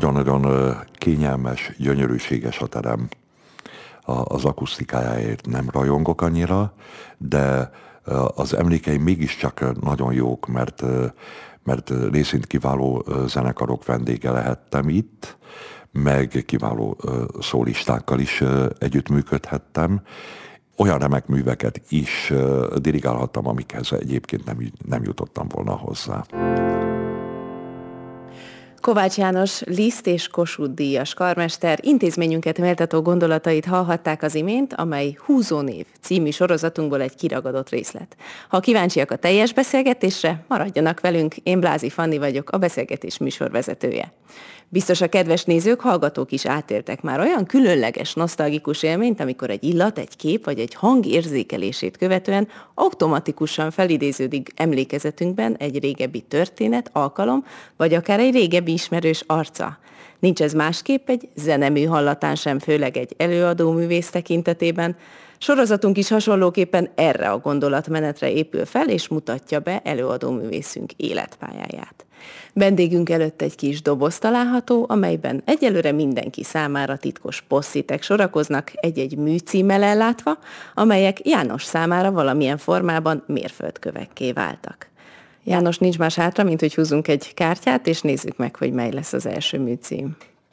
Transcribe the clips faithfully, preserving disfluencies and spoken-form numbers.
nagyon-nagyon kényelmes, gyönyörűséges a terem. Az akusztikájáért nem rajongok annyira, de az emlékeim mégiscsak nagyon jók, mert, mert részint kiváló zenekarok vendége lehettem itt, meg kiváló szólistákkal is együttműködhettem. Olyan remek műveket is dirigálhattam, amikhez egyébként nem, nem jutottam volna hozzá. Kovács János Liszt és Kossuth díjas karmester intézményünket méltató gondolatait hallhatták az imént, amely Húzónév című sorozatunkból egy kiragadott részlet. Ha kíváncsiak a teljes beszélgetésre, maradjanak velünk, én Blázi Fanni vagyok, a beszélgetés műsorvezetője. Biztos a kedves nézők, hallgatók is átéltek már olyan különleges, nosztalgikus élményt, amikor egy illat, egy kép vagy egy hang érzékelését követően automatikusan felidéződik emlékezetünkben egy régebbi történet, alkalom, vagy akár egy régebbi ismerős arca. Nincs ez másképp egy zenemű hallatán sem, főleg egy előadó művész tekintetében. Sorozatunk is hasonlóképpen erre a gondolatmenetre épül fel, és mutatja be előadó művészünk életpályáját. Vendégünk előtt egy kis doboz található, amelyben egyelőre mindenki számára titkos posszitek sorakoznak egy-egy műcímmel ellátva, amelyek János számára valamilyen formában mérföldkövekké váltak. János, nincs más hátra, mint hogy húzzunk egy kártyát, és nézzük meg, hogy mely lesz az első műcím.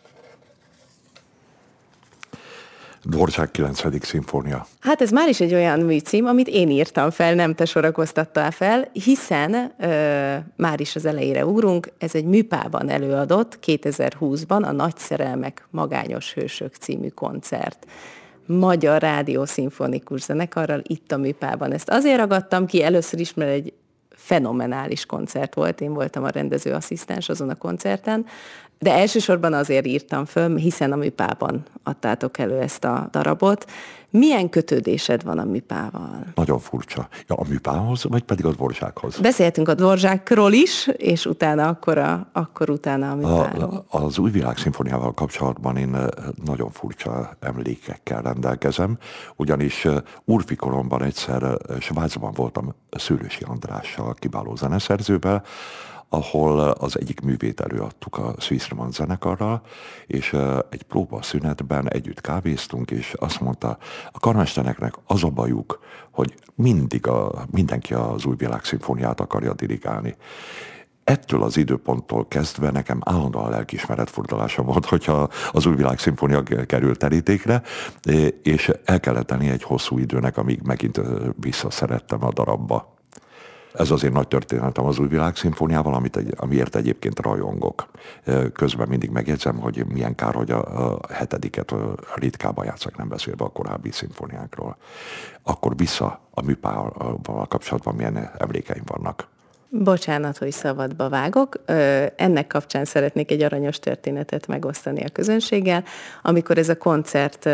Dvořák kilencedik szimfónia. Hát ez már is egy olyan műcím, amit én írtam fel, nem te sorakoztattál fel, hiszen ö, már is az elejére ugrunk, ez egy műpában előadott kétezer-húszban a Nagy szerelmek, magányos hősök című koncert. Magyar Rádió Szimfonikus Zenekarral itt a műpában. Ezt azért ragadtam ki először is, mert egy fenomenális koncert volt, én voltam a rendezőasszisztens azon a koncerten, de elsősorban azért írtam föl, hiszen a műpában adtátok elő ezt a darabot. Milyen kötődésed van a műpával? Nagyon furcsa. Ja, a műpához, vagy pedig a Dvořákhoz? Beszéltünk a Dvořákról is, és utána akkor, a, akkor utána a műpáról. A, az Újvilág szimfóniával kapcsolatban én nagyon furcsa emlékekkel rendelkezem, ugyanis úrfi koromban egyszer Svájcban voltam Szőlősi Andrással, kiváló zeneszerzővel, ahol az egyik művét előadtuk a Swiss Romance zenekarral, és egy próbaszünetben együtt kávéztunk, és azt mondta, a karmesternek az a bajuk, hogy mindig a, mindenki az Újvilág szimfóniát akarja dirigálni. Ettől az időponttól kezdve nekem állandóan lelkiismeretfordulása volt, hogyha az Újvilág szimfónia került terítékre, és el kellett tenni egy hosszú időnek, amíg megint visszaszerettem a darabba. Ez azért nagy történetem az Újvilág szimfóniával, amit egy, amiért egyébként rajongok. Közben mindig megjegyzem, hogy milyen kár, hogy a, a hetediket ritkában játszak, nem beszélve a korábbi szimfóniákról. Akkor vissza a műpával kapcsolatban milyen emlékeim vannak. Bocsánat, hogy szabadba vágok. Ennek kapcsán szeretnék egy aranyos történetet megosztani a közönséggel. Amikor ez a koncert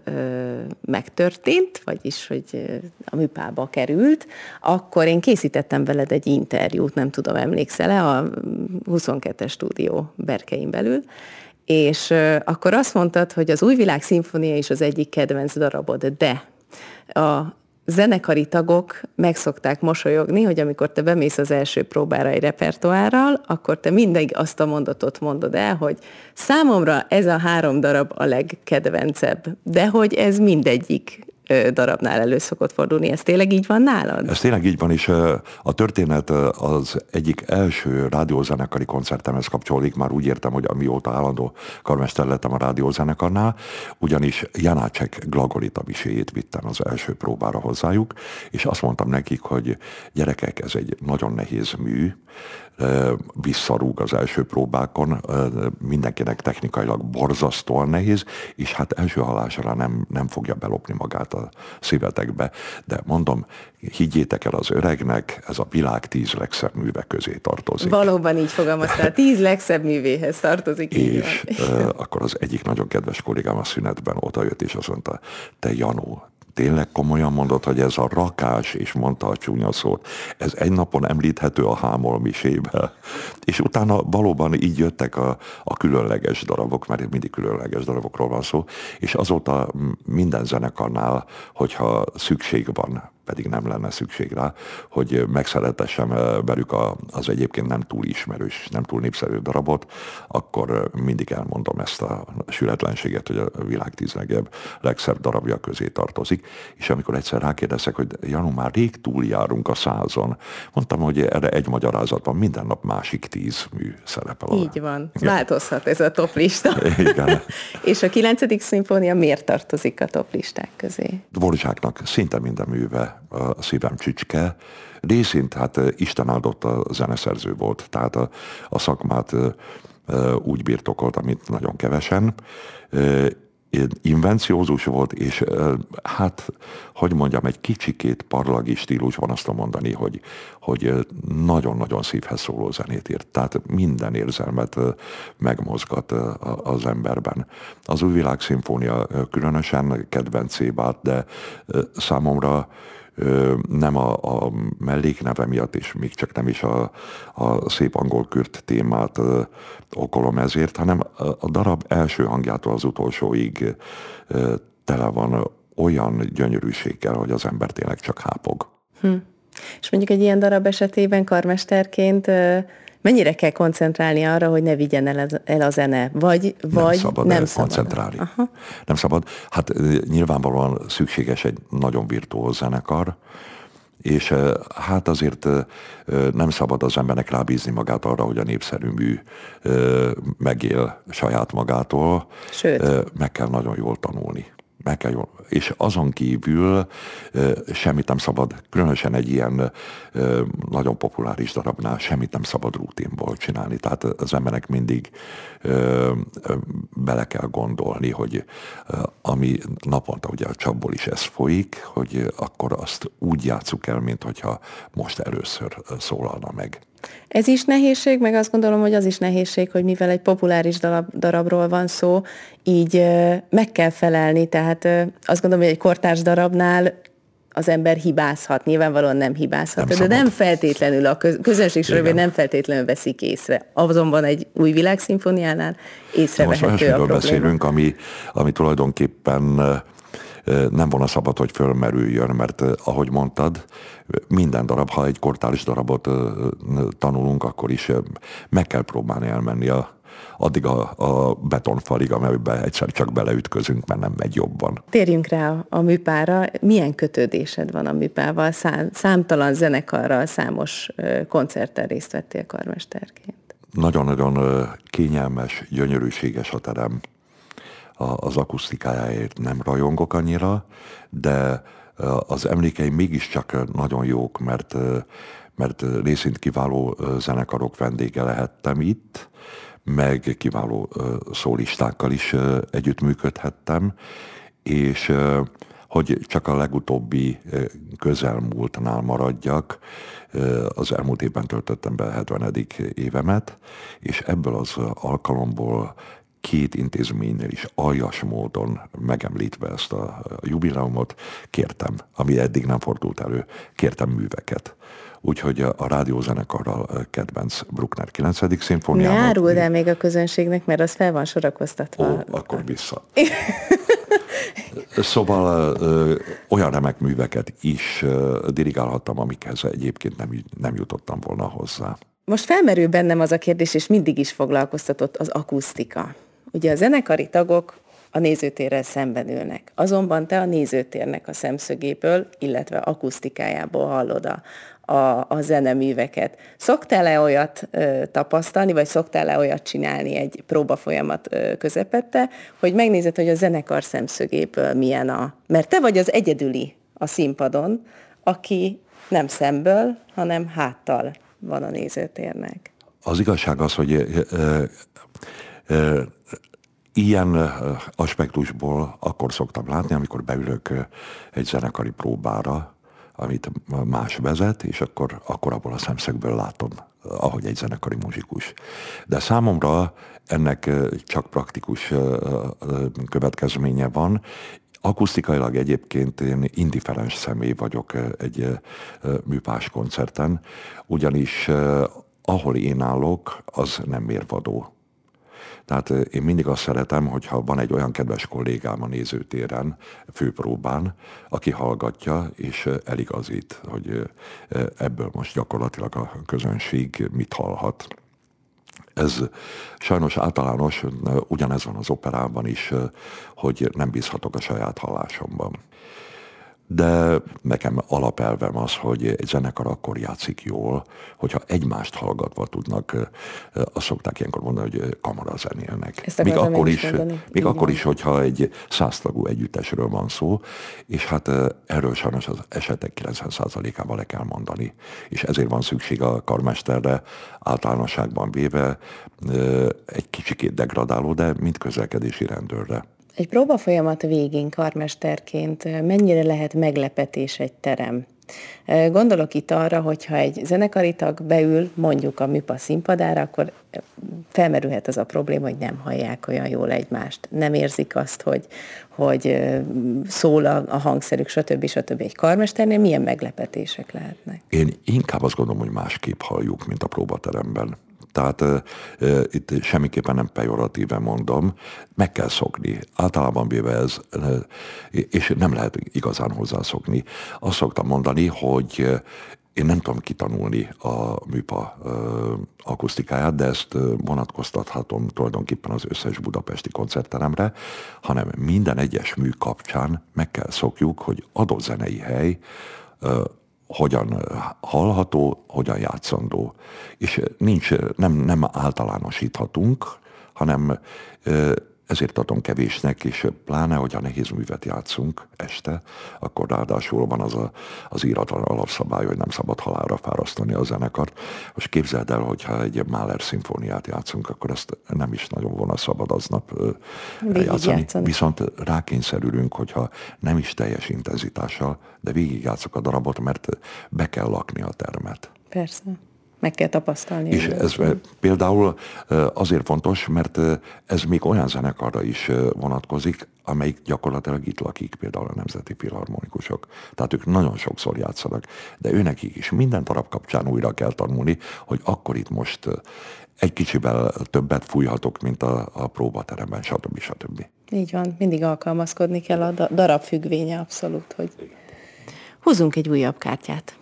megtörtént, vagyis, hogy a műpába került, akkor én készítettem veled egy interjút, nem tudom, emlékszel-e, a huszonkettes stúdió berkein belül, és akkor azt mondtad, hogy az Újvilág szimfónia is az egyik kedvenc darabod, de a zenekari tagok meg szokták mosolyogni, hogy amikor te bemész az első próbára egy repertoárral, akkor te mindig azt a mondatot mondod el, hogy számomra ez a három darab a legkedvencebb, de hogy ez mindegyik darabnál elő szokott fordulni. Ez tényleg így van nálad? Ez tényleg így van, és a történet az egyik első rádiózenekari koncertemhez kapcsolódik, már úgy értem, hogy amióta állandó karmester lettem a rádiózenekarnál, ugyanis Janácsek Glagolita miséjét vittem az első próbára hozzájuk, és azt mondtam nekik, hogy gyerekek, ez egy nagyon nehéz mű, visszarúg az első próbákon, mindenkinek technikailag borzasztóan nehéz, és hát első hallásra nem, nem fogja belopni magát a szívetekbe. De mondom, higgyétek el az öregnek, ez a világ tíz legszebb műve közé tartozik. Valóban így fogalmaztál, tíz legszebb művéhez tartozik. És akkor az egyik nagyon kedves kollégám a szünetben odajött, és azt mondta, te Janó, tényleg komolyan mondod, hogy ez a rakás, és mondta a csúnya szót, ez egy napon említhető a Hámol misébe. És utána valóban így jöttek a, a különleges darabok, mert mindig különleges darabokról van szó, és azóta minden zenekarnál, hogyha szükség van pedig nem lenne szükség rá, hogy megszeretessem velük a, az egyébként nem túl ismerős, nem túl népszerű darabot, akkor mindig elmondom ezt a sületlenséget, hogy a világ tíz legjobb, legszebb darabja közé tartozik, és amikor egyszer rákérdezek, hogy Janu, már rég túljárunk a százon, mondtam, hogy erre egy magyarázat van, minden nap másik tíz mű szerepel. Így van, igen. Változhat ez a toplista. Igen. És a kilencedik szimfónia miért tartozik a toplisták közé? Dvořáknak szinte minden műve a szívem csücske, részint hát Isten áldott a zeneszerző volt, tehát a, a szakmát úgy birtokolta, mint nagyon kevesen. Invenciózus volt, és hát, hogy mondjam, egy kicsikét parlagi stílus van azt mondani, hogy, hogy nagyon-nagyon szívhez szóló zenét írt. Tehát minden érzelmet megmozgat az emberben. Az Új Világ szimfónia különösen kedvencé vált, de számomra nem a, a mellékneve miatt, és még csak nem is a, a szép angol kürt témát okolom ezért, hanem a darab első hangjától az utolsóig tele van olyan gyönyörűséggel, hogy az ember tényleg csak hápog. Hm. És mondjuk egy ilyen darab esetében karmesterként mennyire kell koncentrálni arra, hogy ne vigyen el, el a zene? Vagy, vagy nem szabad nem koncentrálni. Aha. Nem szabad. Hát nyilvánvalóan szükséges egy nagyon virtuóz zenekar, és hát azért nem szabad az embernek rábízni magát arra, hogy a népszerű mű megél saját magától. Sőt. Meg kell nagyon jól tanulni. Meg kell jól. És azon kívül semmit nem szabad, különösen egy ilyen nagyon populáris darabnál semmit nem szabad rutinból csinálni. Tehát az embernek mindig bele kell gondolni, hogy ami naponta ugye a csapból is ez folyik, hogy akkor azt úgy játsszuk el, mint hogyha most először szólalna meg. Ez is nehézség, meg azt gondolom, hogy az is nehézség, hogy mivel egy populáris darab, darabról van szó, így uh, meg kell felelni, tehát uh, azt gondolom, hogy egy kortárs darabnál az ember hibázhat, nyilvánvalóan nem hibázhat, nem de szabad. Nem feltétlenül, a közönség sorában nem feltétlenül veszik észre. Azonban egy Új Világ szimfóniánál észrevehető most a probléma. beszélünk, ami, ami tulajdonképpen nem volna szabad, hogy fölmerüljön, mert ahogy mondtad, minden darab, ha egy kortárs darabot tanulunk, akkor is meg kell próbálni elmenni a, addig a, a betonfalig, amelyben egyszer csak beleütközünk, mert nem megy jobban. Térjünk rá a, a műpára. Milyen kötődésed van a műpával? Szám, számtalan zenekarral, számos koncerten részt vettél karmesterként. Nagyon-nagyon kényelmes, gyönyörűséges a terem. Az akusztikájáért nem rajongok annyira, de az emlékeim mégiscsak nagyon jók, mert, mert részint kiváló zenekarok vendége lehettem itt, meg kiváló szólistákkal is együttműködhettem, és hogy csak a legutóbbi közelmúltnál maradjak, az elmúlt évben töltöttem be a hetvenedik évemet, és ebből az alkalomból két intézménynél is aljas módon megemlítve ezt a jubileumot kértem, ami eddig nem fordult elő, kértem műveket. Úgyhogy a rádiózenekarral kedvenc Bruckner kilencedik szimfóniámat. Ne áruld el még a közönségnek, mert az fel van sorakoztatva. Ó, akkor vissza. Szóval ö, olyan remek műveket is ö, dirigálhattam, amikhez egyébként nem, nem jutottam volna hozzá. Most felmerül bennem az a kérdés, és mindig is foglalkoztatott, az akusztika. Ugye a zenekari tagok a nézőtérrel szemben ülnek. Azonban te a nézőtérnek a szemszögéből, illetve akusztikájából hallod a, a, a zeneműveket. Szoktál-e olyat ö, tapasztalni, vagy szoktál-e olyat csinálni egy próbafolyamat ö, közepette, hogy megnézed, hogy a zenekar szemszögéből milyen a... Mert te vagy az egyedüli a színpadon, aki nem szemből, hanem háttal van a nézőtérnek. Az igazság az, hogy ö, ö, ö, ilyen aspektusból akkor szoktam látni, amikor beülök egy zenekari próbára, amit más vezet, és akkor, akkor abból a szemszögből látom, ahogy egy zenekari muzsikus. De számomra ennek csak praktikus következménye van. Akusztikailag egyébként én indiferens személy vagyok egy műpás koncerten, ugyanis ahol én állok, az nem mérvadó. Tehát én mindig azt szeretem, hogyha van egy olyan kedves kollégám a nézőtéren, főpróbán, aki hallgatja és eligazít, hogy ebből most gyakorlatilag a közönség mit hallhat. Ez sajnos általános, ugyanez van az operában is, hogy nem bízhatok a saját hallásomban. De nekem alapelvem az, hogy egy zenekar akkor játszik jól, hogyha egymást hallgatva tudnak, azt szokták ilyenkor mondani, hogy kamarazenélnek. Még akkor is, még akkor is, hogyha egy száztagú együttesről van szó, és hát erről sajnos az esetek kilencven százalékában le kell mondani. És ezért van szükség a karmesterre, általánosságban véve egy kicsikét degradáló, de mint közlekedési rendőrre. Egy próbafolyamat végén karmesterként mennyire lehet meglepetés egy terem? Gondolok itt arra, hogyha egy zenekari tag beül mondjuk a műpa színpadára, akkor felmerülhet az a probléma, hogy nem hallják olyan jól egymást, nem érzik azt, hogy, hogy szól a, a hangszerük, stb. stb. Egy karmesternél milyen meglepetések lehetnek? Én inkább azt gondolom, hogy másképp halljuk, mint a próbateremben. Tehát e, e, itt semmiképpen nem pejoratíven mondom, meg kell szokni. Általában véve ez, e, és nem lehet igazán hozzászokni. Azt szoktam mondani, hogy én nem tudom kitanulni a műpa e, akusztikáját, de ezt vonatkoztathatom tulajdonképpen az összes budapesti koncertteremre, hanem minden egyes mű kapcsán meg kell szokjuk, hogy adott zenei hely e, hogyan hallható, hogyan játszandó. És nincs, nem, nem általánosíthatunk, hanem ezért tartom kevésnek, és pláne, hogyha nehéz művet játszunk este, akkor ráadásul van az a, az íratlan alapszabály, hogy nem szabad halálra fárasztani a zenekart. Most képzeld el, hogyha egy Mahler szimfóniát játszunk, akkor ezt nem is nagyon volna szabad aznap játszani. Viszont rákényszerülünk, hogyha nem is teljes intenzitással, de végigjátszok a darabot, mert be kell lakni a termet. Persze. Meg kell tapasztalni. És ez például azért fontos, mert ez még olyan zenekarra is vonatkozik, amelyik gyakorlatilag itt lakik, például a Nemzeti Filharmonikusok. Tehát ők nagyon sokszor játszanak, de őnekik is minden darab kapcsán újra kell tanulni, hogy akkor itt most egy kicsivel többet fújhatok, mint a, a próbateremben, stb. stb. Így van, mindig alkalmazkodni kell a darab függvénye, abszolút, hogy húzzunk egy újabb kártyát.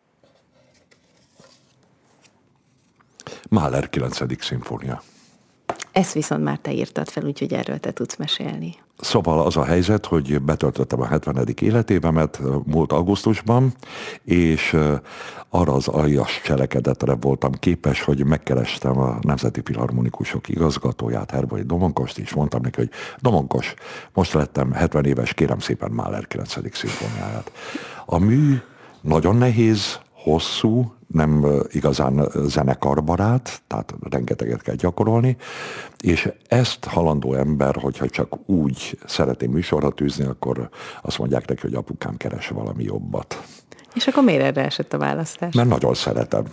Mahler kilencedik szimfónia. Ezt viszont már te írtad fel, úgyhogy erről te tudsz mesélni. Szóval az a helyzet, hogy betöltöttem a hetvenedik életévemet múlt augusztusban, és arra az aljas cselekedetre voltam képes, hogy megkerestem a Nemzeti Filharmonikusok igazgatóját, Herbolyi Domonkost, és mondtam neki, hogy Domonkos, most lettem hetven éves, kérem szépen Mahler kilencedik szimfóniáját. A mű nagyon nehéz, hosszú, nem igazán zenekarbarát, tehát rengeteget kell gyakorolni, és ezt halandó ember, hogyha csak úgy szeretné műsorra tűzni, akkor azt mondják neki, hogy apukám, keres valami jobbat. És akkor miért erre esett a választás? Mert nagyon szeretem.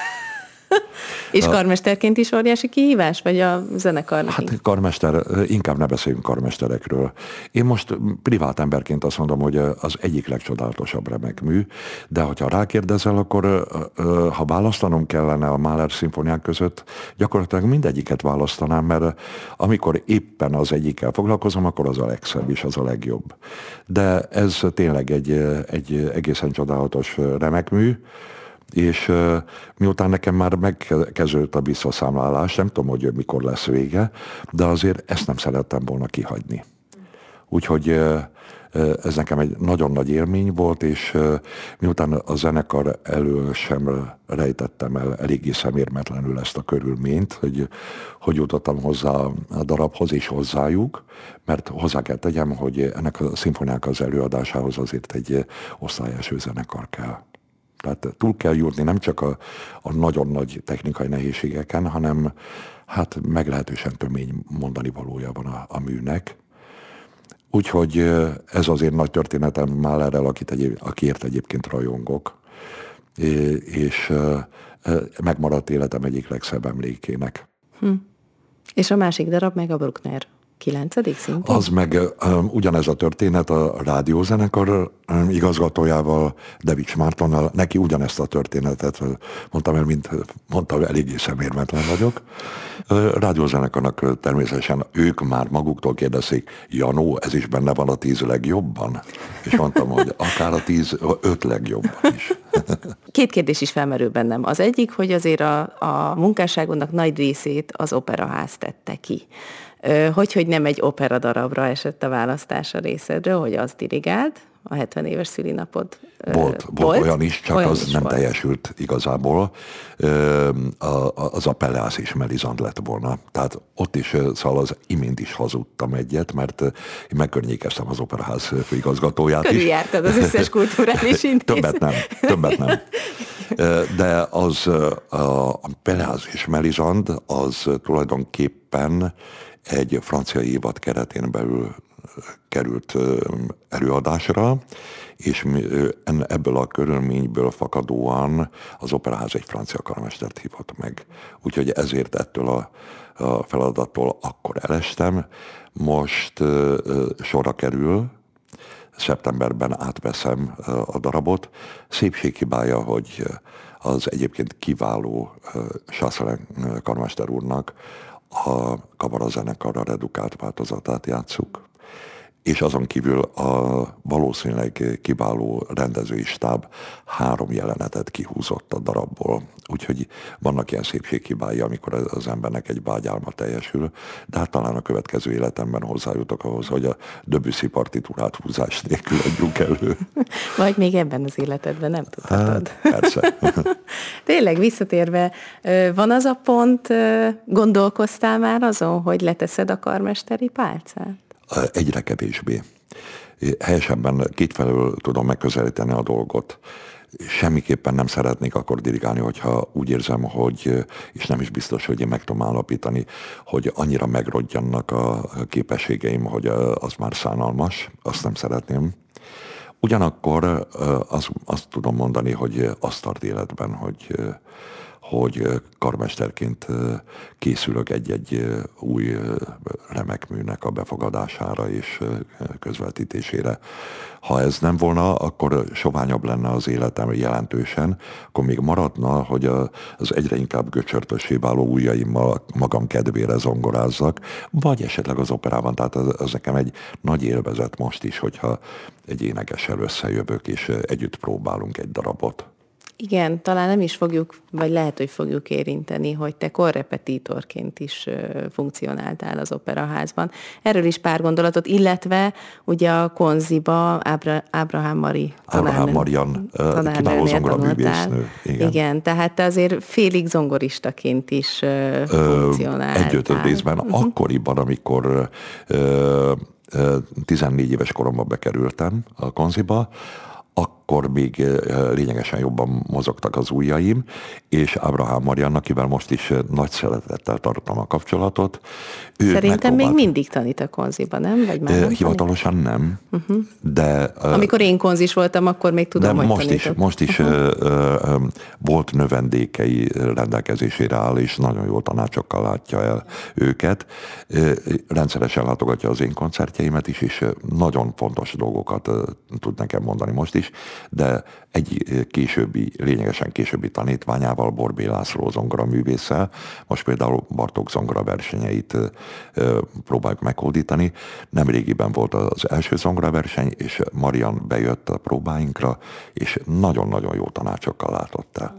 És karmesterként is óriási kihívás, vagy a zenekarnak? Hát karmester, inkább ne beszéljünk karmesterekről. Én most privát emberként azt mondom, hogy az egyik legcsodálatosabb remek mű, de hogyha rákérdezel, akkor ha választanom kellene a Mahler szimfóniák között, gyakorlatilag mindegyiket választanám, mert amikor éppen az egyikkel foglalkozom, akkor az a legszebb és az a legjobb. De ez tényleg egy, egy egészen csodálatos remek mű, és uh, miután nekem már megkezdődött a visszaszámlálás, nem tudom, hogy mikor lesz vége, de azért ezt nem szerettem volna kihagyni. Úgyhogy uh, ez nekem egy nagyon nagy élmény volt, és uh, miután a zenekar elől sem rejtettem el eléggé szemérmetlenül ezt a körülményt, hogy hogy jutottam hozzá a darabhoz és hozzájuk, mert hozzá kell tegyem, hogy ennek a szimfóniák az előadásához azért egy osztályeső zenekar kell. Tehát túl kell jutni nem csak a, a nagyon nagy technikai nehézségeken, hanem hát meglehetősen tömény mondani valója van a, a műnek. Úgyhogy ez azért nagy történetem Mahlerrel, akit egyéb, akiért egyébként rajongok, és megmaradt életem egyik legszebb emlékének. Hm. És a másik darab meg a Bruckner. Kilencedik szintén? Az meg um, ugyanez a történet a rádiózenekar um, igazgatójával, Devics Mártonnal, neki ugyanezt a történetet mondtam el, mint mondtam, eléggé szemérmetlen vagyok. Uh, rádiózenekarnak természetesen ők már maguktól kérdezik, Janó, ez is benne van a tíz legjobban? És mondtam, hogy akár a tíz, öt legjobban is. Két kérdés is felmerül bennem. Az egyik, hogy azért a, a munkásságonak nagy részét az Operaház tette ki. Hogy, hogy nem egy opera darabra esett a választás a részedről, hogy az dirigált, a hetven éves szülinapod volt, volt. Volt olyan is, csak olyan az is nem volt. Teljesült igazából. Az a Pelléas és Melisande lett volna. Tehát ott is, szóval az imént is hazudtam egyet, mert én megkörnyékeztem az Operaház főigazgatóját is. Körüljártad az összes kulturális intézményt. Többet nem, többet nem. De az a Pelléas és Melisande az tulajdonképpen egy francia évad keretén belül került előadásra, és ebből a körülményből fakadóan az Operaház egy francia karmestert hívott meg. Úgyhogy ezért ettől a, a feladattól akkor elestem. Most uh, sorra kerül, szeptemberben átveszem a darabot. Szépséghibája, hogy az egyébként kiváló uh, Chasselin karmester úrnak a kamarazenekarra redukált változatát játsszuk, és azon kívül a valószínűleg kiváló rendezői stáb három jelenetet kihúzott a darabból. Úgyhogy vannak ilyen szépséghibái, amikor az embernek egy vágyálma teljesül, de hát talán a következő életemben hozzájutok ahhoz, hogy a Debussy partitúrát húzás nélkül adjuk elő. Vagy még ebben az életedben nem tudhatod. Hát, persze. Tényleg visszatérve, van az a pont, gondolkoztál már azon, hogy leteszed a karmesteri pálcát? Egyre kevésbé. Helyesebben kétfelől tudom megközelíteni a dolgot. Semmiképpen nem szeretnék akkor dirigálni, hogyha úgy érzem, hogy, és nem is biztos, hogy én meg tudom állapítani, hogy annyira megrodjannak a képességeim, hogy az már szánalmas, azt nem szeretném. Ugyanakkor azt, azt tudom mondani, hogy azt tart életben, hogy hogy karmesterként készülök egy-egy új remek műnek a befogadására és közvetítésére. Ha ez nem volna, akkor soványabb lenne az életem jelentősen, akkor még maradna, hogy az egyre inkább göcsörtössé váló ujjaimmal magam kedvére zongorázzak, vagy esetleg az operában, tehát az, az nekem egy nagy élvezet most is, hogyha egy énekessel összejövök, és együtt próbálunk egy darabot. Igen, talán nem is fogjuk, vagy lehet, hogy fogjuk érinteni, hogy te korrepetitorként is funkcionáltál az Operaházban. Erről is pár gondolatot, illetve ugye a Konziba Ábra, Ábrahám Mari Ábrahám Marian, kiváló zongoraművésznő. Igen. Igen, tehát te azért félig zongoristaként is funkcionáltál. Egyöt részben, uh-huh. akkoriban, amikor ö, ö, tizennégy éves koromban bekerültem a Konziba, akkor még lényegesen jobban mozogtak az ujjaim, és Ábrahám Mariannak, akivel most is nagy szeretettel tartom a kapcsolatot. Ő Szerintem megpróbált... még mindig tanít a konziba, nem? Vagy már nem Hivatalosan nem, uh-huh. de... Amikor én konzis voltam, akkor még tudom, hogy most tanított. is, most is uh-huh. ö, ö, volt növendékei rendelkezésére áll, és nagyon jó tanácsokkal látja el őket. Rendszeresen látogatja az én koncertjeimet is, és nagyon fontos dolgokat tud nekem mondani most is, de egy későbbi, lényegesen későbbi tanítványával, Borbély László zongoraművésszel, most például Bartók zongora versenyeit próbáljuk meghódítani. Nemrégiben volt az első zongoraverseny, és Marian bejött a próbáinkra, és nagyon-nagyon jó tanácsokkal látott el.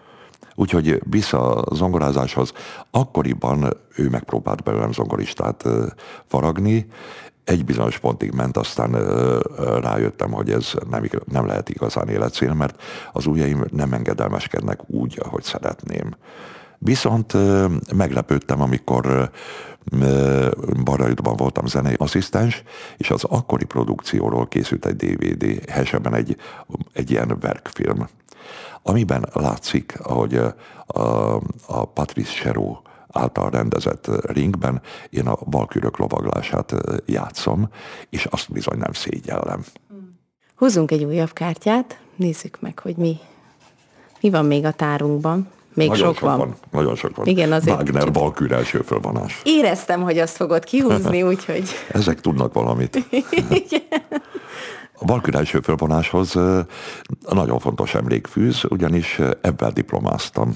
Úgyhogy vissza a zongorázáshoz, akkoriban ő megpróbált belőlem zongoristát faragni, egy bizonyos pontig ment, aztán ö, ö, rájöttem, hogy ez nem, nem lehet igazán életcél, mert az ujjaim nem engedelmeskednek úgy, ahogy szeretném. Viszont ö, meglepődtem, amikor ö, Barajutban voltam zenei asszisztens, és az akkori produkcióról készült egy dé vé dé, helyesebben egy, egy ilyen verkfilm, amiben látszik, ahogy a, a Patrice Chéreau által rendezett ringben én a valkürök lovaglását játszom, és azt bizony nem szégyellem. Húzzunk egy újabb kártyát, nézzük meg, hogy mi, mi van még a tárunkban. Még nagyon sok, sok van. van. Nagyon sok van. Igen, azért Wagner, csak... Valküre első fölvonás. Éreztem, hogy azt fogod kihúzni, úgyhogy... Ezek tudnak valamit. A Valküre első fölvonáshoz nagyon fontos emlék fűz, ugyanis ebben diplomáztam.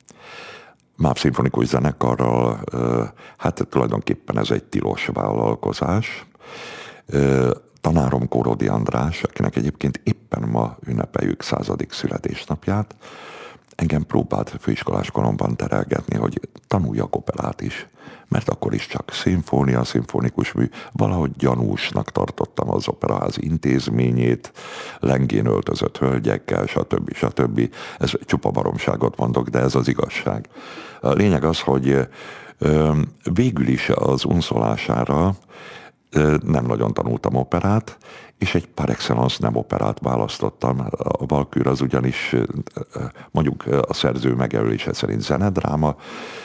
MÁV szimfonikus zenekarral, hát tulajdonképpen ez egy tilos vállalkozás. Tanárom Kórodi András, akinek egyébként éppen ma ünnepeljük századik születésnapját, engem próbált főiskolás koromban terelgetni, hogy tanuljak operát is, mert akkor is csak szimfónia, szimfonikus mű, valahogy gyanúsnak tartottam az operaház intézményét, lengén öltözött hölgyekkel, stb. stb. Ez csupa baromságot mondok, de ez az igazság. A lényeg az, hogy végül is az unszolására nem nagyon tanultam operát, és egy par excellence nem operát választottam. A Valküre az ugyanis mondjuk a szerző megjelölése szerint zenedráma,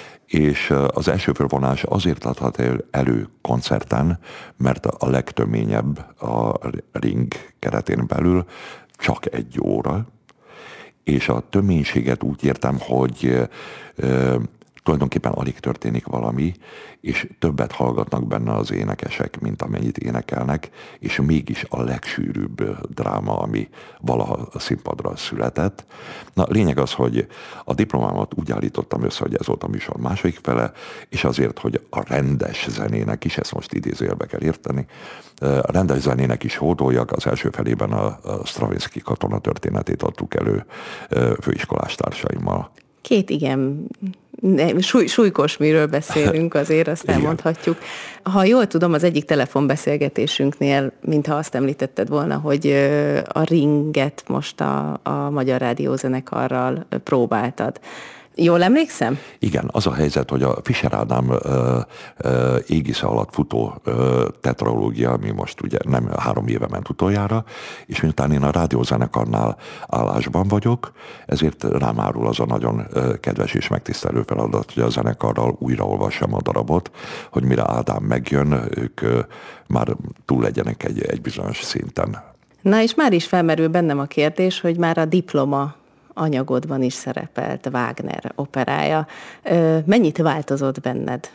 és az első fölvonás azért adhat elő koncerten, mert a legtöményebb a ring keretén belül csak egy óra, és a töménységet úgy értem, hogy tulajdonképpen alig történik valami, és többet hallgatnak benne az énekesek, mint amennyit énekelnek, és mégis a legsűrűbb dráma, ami valaha a színpadra született. Na, lényeg az, hogy a diplomámat úgy állítottam össze, hogy ez volt a műsor második fele, és azért, hogy a rendes zenének is, ezt most idézőjelbe kell érteni, a rendes zenének is hódoljak, az első felében a Stravinsky katona történetét adtuk elő főiskolás társaimmal. Két igen súly, súlykos miről beszélünk, azért azt elmondhatjuk. Ha jól tudom, az egyik telefonbeszélgetésünknél, mintha azt említetted volna, hogy a ringet most a, a Magyar Rádiózenekarral próbáltad. Jól emlékszem? Igen, az a helyzet, hogy a Fischer Ádám ö, ö, égisze alatt futó ö, tetralógia, ami most ugye nem három éve ment utoljára, és miután én a rádiózenekarnál állásban vagyok, ezért rám árul az a nagyon ö, kedves és megtisztelő feladat, hogy a zenekarral újraolvassam a darabot, hogy mire Ádám megjön, ők ö, már túl legyenek egy, egy bizonyos szinten. Na és már is felmerül bennem a kérdés, hogy már a diploma anyagodban is szerepelt Wagner operája. Mennyit változott benned?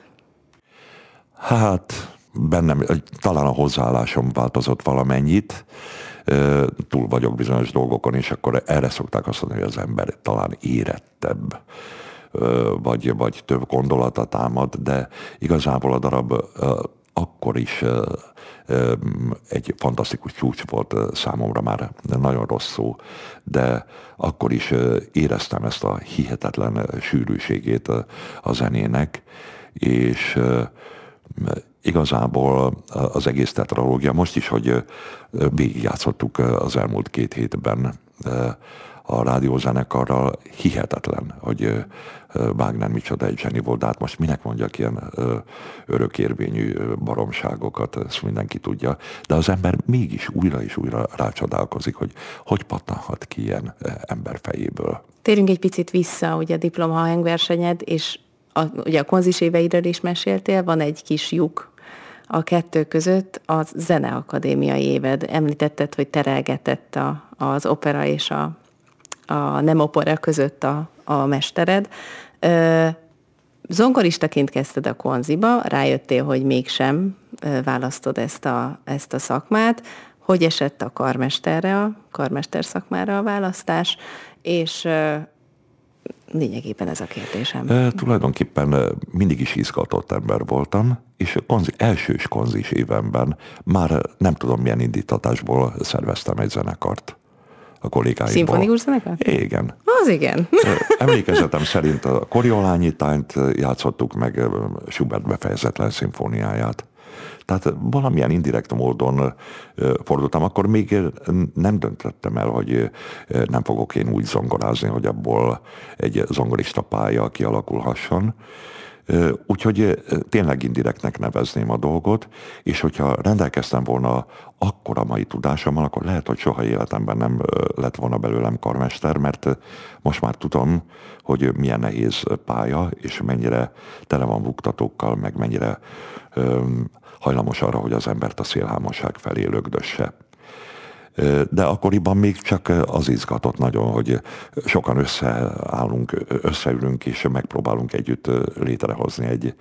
Hát bennem, talán a hozzáállásom változott valamennyit, túl vagyok bizonyos dolgokon, és akkor erre szokták azt mondani, hogy az ember talán érettebb, vagy, vagy több gondolata támad, de igazából a darab akkor is egy fantasztikus csúcs volt számomra, már nagyon rossz szó, de akkor is éreztem ezt a hihetetlen sűrűségét a zenének, és igazából az egész tetralógia, most is, hogy végigjátszottuk az elmúlt két hétben a rádiózenekarral, hihetetlen, hogy Wagner micsoda egy zseni volt, de hát most minek mondjak ilyen örökérvényű baromságokat, ezt mindenki tudja, de az ember mégis újra és újra rácsodálkozik, hogy hogy pattanhat ki ilyen ember fejéből. Térjünk egy picit vissza, ugye a diploma hangversenyed, és a, ugye a konzis éveidről is meséltél, van egy kis lyuk a kettő között, a zeneakadémiai éved. Említetted, hogy terelgetett a, az opera és a a nem opera között a, a mestered. Ö, zongoristaként kezdted a konziba, rájöttél, hogy mégsem választod ezt a, ezt a szakmát. Hogy esett a karmesterre, a karmester szakmára a választás, és ö, lényegében ez a kérdésem. E, tulajdonképpen mindig is izgatott ember voltam, és konzi, elsős konzis évemben már nem tudom milyen indítatásból szerveztem egy zenekart a kollégáimból. Szimfonikus zenekar? Igen. Az igen. Emlékezetem szerint a Koriolányitányt játszottuk meg, Schubert befejezetlen szimfóniáját. Tehát valamilyen indirekt módon fordultam. Akkor még nem döntöttem el, hogy nem fogok én úgy zongorázni, hogy abból egy zongorista pálya kialakulhasson. Úgyhogy tényleg indirektnek nevezném a dolgot, és hogyha rendelkeztem volna akkora mai tudásommal, akkor lehet, hogy soha életemben nem lett volna belőlem karmester, mert most már tudom, hogy milyen nehéz pálya, és mennyire tele van buktatókkal, meg mennyire öm, hajlamos arra, hogy az embert a szélhámosság felé lögdösse. De akkoriban még csak az izgatott nagyon, hogy sokan összeállunk, összeülünk és megpróbálunk együtt létrehozni egy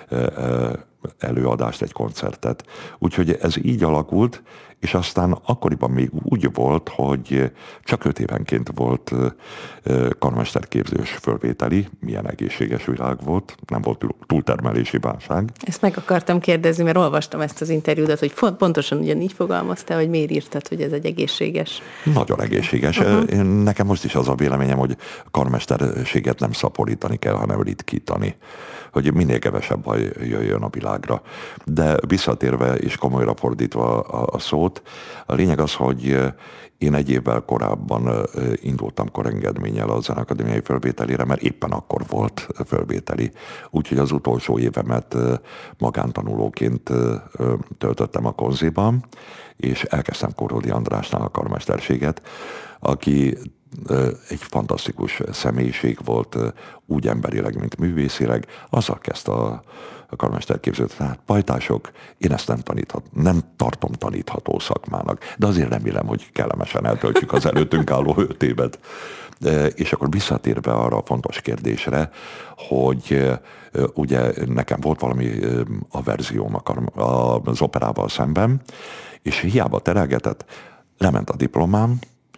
előadást, egy koncertet. Úgyhogy ez így alakult, és aztán akkoriban még úgy volt, hogy csak öt évenként volt karmesterképzős fölvételi, milyen egészséges világ volt, nem volt túltermelési válság. Ezt meg akartam kérdezni, mert olvastam ezt az interjúdat, hogy pontosan ugyanígy fogalmaztál, hogy miért írtad, hogy ez egy egészséges. Nagyon egészséges. Uh-huh. Nekem most is az a véleményem, hogy karmesterséget nem szaporítani kell, hanem ritkítani, hogy minél kevesebb baj jöjjön a világra. De visszatérve és komolyra fordítva a, a szót, a lényeg az, hogy én egy évvel korábban indultam korengedménnyel a Zeneakadémiai fölvételére, mert éppen akkor volt fölvételi. Úgyhogy az utolsó évemet magántanulóként töltöttem a Konziban, és elkezdtem Korodi Andrásnál a karmesterséget, aki egy fantasztikus személyiség volt, úgy emberileg, mint művészileg. Azzal kezdte a, a karmesterképzőt. Hát pajtások, én ezt nem taníthat, nem tartom tanítható szakmának, de azért remélem, hogy kellemesen eltöltjük az előttünk álló öt évet. És akkor visszatérve arra a fontos kérdésre, hogy ugye nekem volt valami averzióm az operával szemben, és hiába terelgetett, lement a diplomám.